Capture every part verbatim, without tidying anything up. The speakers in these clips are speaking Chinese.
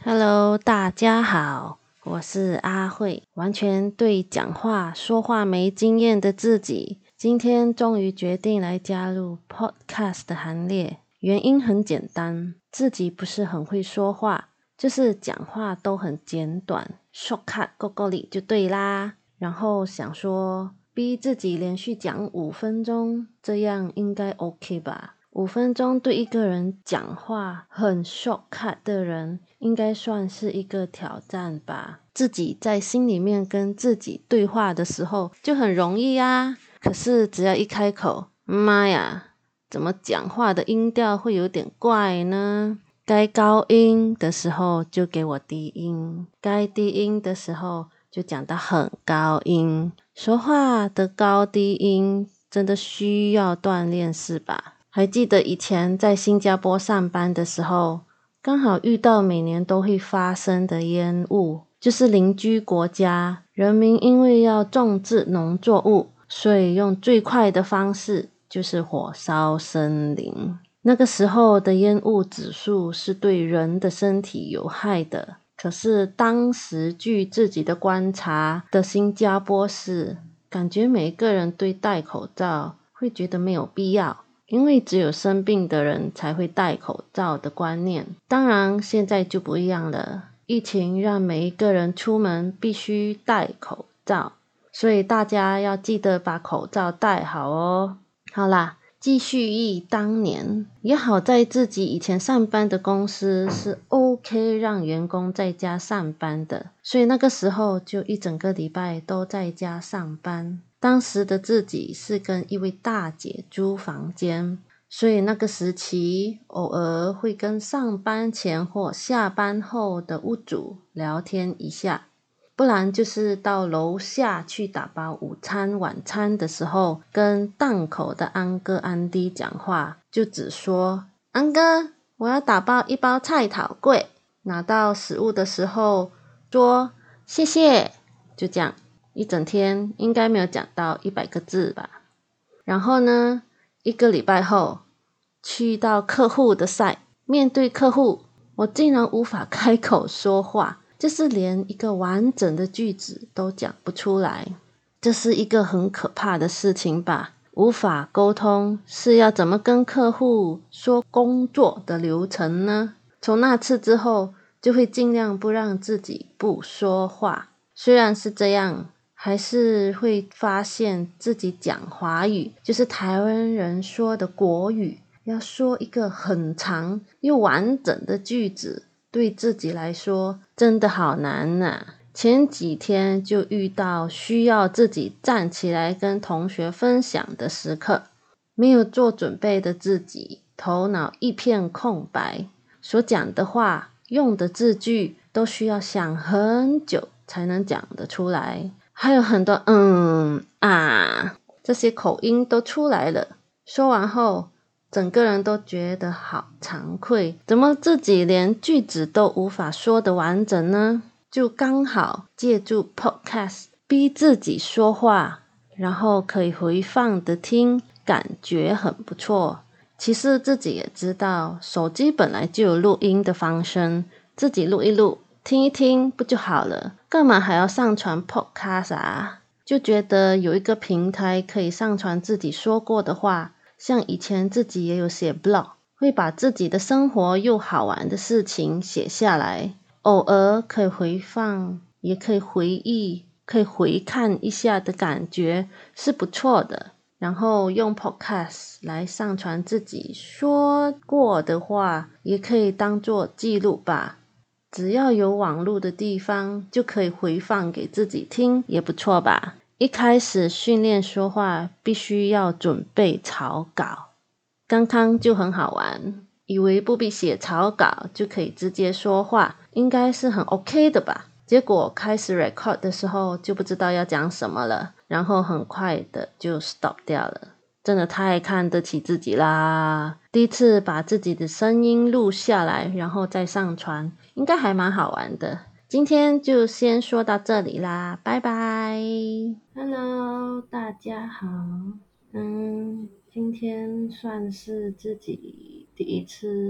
Hello，大家好，我是阿慧，完全对讲话、说话没经验的自己，今天终于决定来加入 Podcast 的行列。原因很简单，自己不是很会说话，就是讲话都很简短 ，shortcut 够够里就对啦。然后想说，逼自己连续讲五分钟，这样应该 OK 吧？五分钟对一个人讲话很 shortcut 的人，应该算是一个挑战吧。自己在心里面跟自己对话的时候就很容易啊，可是只要一开口，妈呀，怎么讲话的音调会有点怪呢？该高音的时候就给我低音，该低音的时候就讲到很高音。说话的高低音真的需要锻炼是吧？还记得以前在新加坡上班的时候，刚好遇到每年都会发生的烟雾，就是邻居国家人民因为要种植农作物，所以用最快的方式就是火烧森林。那个时候的烟雾指数是对人的身体有害的，可是当时据自己的观察的新加坡是，感觉每个人对戴口罩会觉得没有必要，因为只有生病的人才会戴口罩的观念。当然现在就不一样了，疫情让每一个人出门必须戴口罩，所以大家要记得把口罩戴好哦。好啦，继续忆当年，也好在自己以前上班的公司是 OK 让员工在家上班的，所以那个时候就一整个礼拜都在家上班。当时的自己是跟一位大姐租房间，所以那个时期偶尔会跟上班前或下班后的屋主聊天一下，不然就是到楼下去打包午餐晚餐的时候，跟档口的安哥安弟讲话，就只说安哥，我要打包一包菜头粿，拿到食物的时候说谢谢，就这样一整天应该没有讲到一百个字吧。然后呢，一个礼拜后去到客户的 site， 面对客户，我竟然无法开口说话，就是连一个完整的句子都讲不出来。这是一个很可怕的事情吧？无法沟通是要怎么跟客户说工作的流程呢？从那次之后就会尽量不让自己不说话，虽然是这样，还是会发现自己讲华语，就是台湾人说的国语，要说一个很长又完整的句子，对自己来说真的好难啊。前几天就遇到需要自己站起来跟同学分享的时刻，没有做准备的自己，头脑一片空白，所讲的话用的字句都需要想很久才能讲得出来，还有很多嗯啊这些口音都出来了。说完后整个人都觉得好惭愧，怎么自己连句子都无法说得完整呢？就刚好借助 podcast 逼自己说话，然后可以回放的听，感觉很不错。其实自己也知道手机本来就有录音的方式，自己录一录听一听不就好了，干嘛还要上传 podcast 啊？就觉得有一个平台可以上传自己说过的话，像以前自己也有写 blog， 会把自己的生活又好玩的事情写下来，偶尔可以回放，也可以回忆，可以回看一下的感觉是不错的。然后用 podcast 来上传自己说过的话，也可以当作记录吧。只要有网络的地方，就可以回放给自己听，也不错吧。一开始训练说话，必须要准备草稿。刚刚就很好玩，以为不必写草稿就可以直接说话，应该是很 OK 的吧。结果开始 record 的时候就不知道要讲什么了，然后很快的就 stop 掉了。真的太看得起自己啦！第一次把自己的声音录下来，然后再上传，应该还蛮好玩的。今天就先说到这里啦，拜拜。Hello， 大家好。嗯，今天算是自己第一次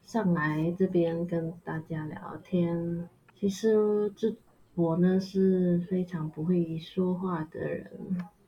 上来这边跟大家聊天。其实这我呢是非常不会说话的人，